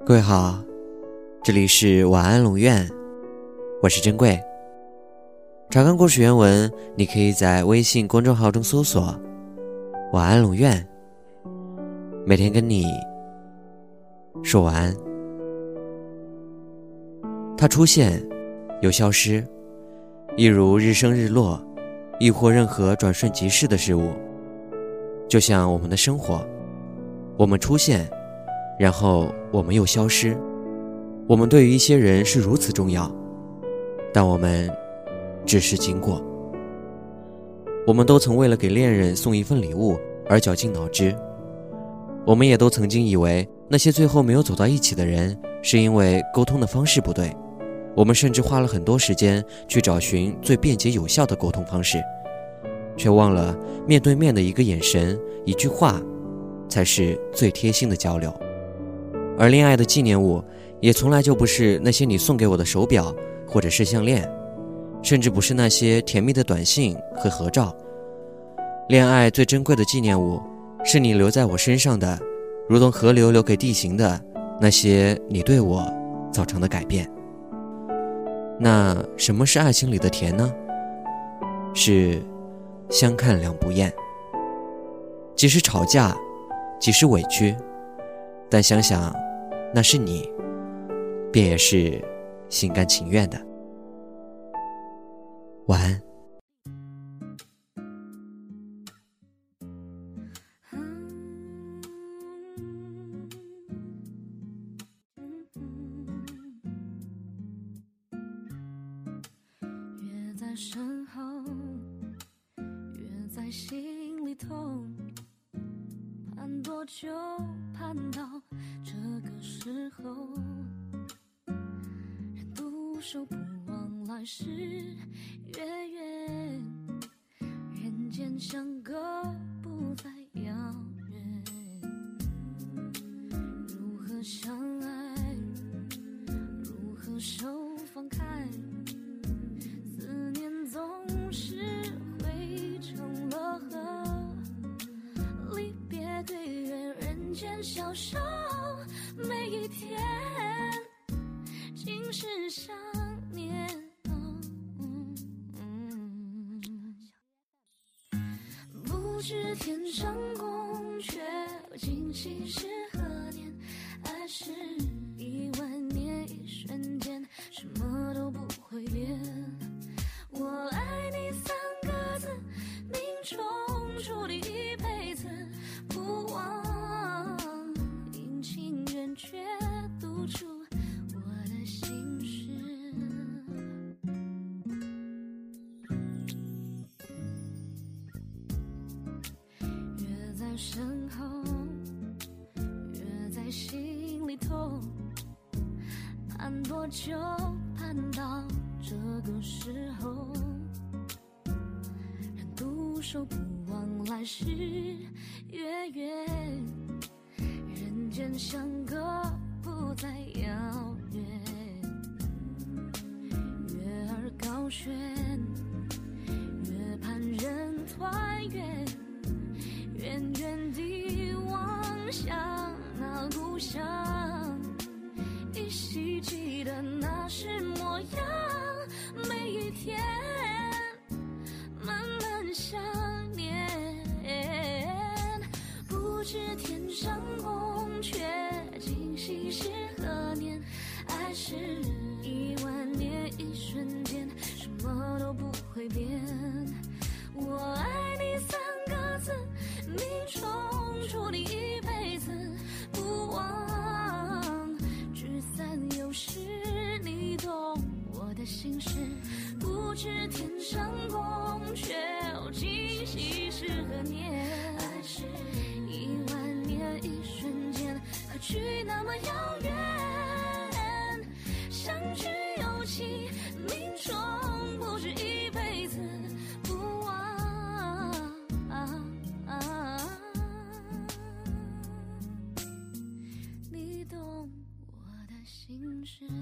各位好，这里是晚安龙院，我是珍贵。查看故事原文，你可以在微信公众号中搜索晚安龙院，每天跟你说晚安。它出现又消失，一如日升日落，亦或任何转瞬即逝的事物。就像我们的生活，我们出现，然后我们又消失。我们对于一些人是如此重要，但我们只是经过。我们都曾为了给恋人送一份礼物而绞尽脑汁，我们也都曾经以为那些最后没有走到一起的人是因为沟通的方式不对。我们甚至花了很多时间去找寻最便捷有效的沟通方式，却忘了面对面的一个眼神，一句话才是最贴心的交流。而恋爱的纪念物也从来就不是那些你送给我的手表或者是项链，甚至不是那些甜蜜的短信和合照。恋爱最珍贵的纪念物是你留在我身上的，如同河流留给地形的那些你对我造成的改变。那什么是爱情里的甜呢？是相看两不厌。即使吵架，即使委屈，但想想那是你，便也是心甘情愿的。晚安。 越在身后，越在心里痛，盼多久，盼到这个时候，人独守不忘来时月圆，人间相隔不再遥远。如何相爱，如何手放开，思念总是汇成了河，离别对月人间消瘦，每一天尽是想念。不知天上宫阙，今夕是何年？爱是10000年，一瞬间，什么都不会变。我爱你3个字，命中注定一辈子，不忘阴晴圆缺，读出我的心事。越在身后，越在心里痛，盼多久，盼到这个时候，人独守不忘来时月圆，人间相隔不再遥远。月儿高悬，月盼人团圆，远远地望向那故乡，依稀记得那时模样，每一天慢慢想念。不知天上宫阙，今夕是何年？爱是10000年，一瞬间，什么都不会变。我爱你3个字，命中注定一辈子，不忘聚散有时，你懂我的心事。不知天上宫阙，今夕是何年？爱是10000年，一瞬间，何去那么遥远？相聚有期，命中不止一辈子，不忘你懂我的心事。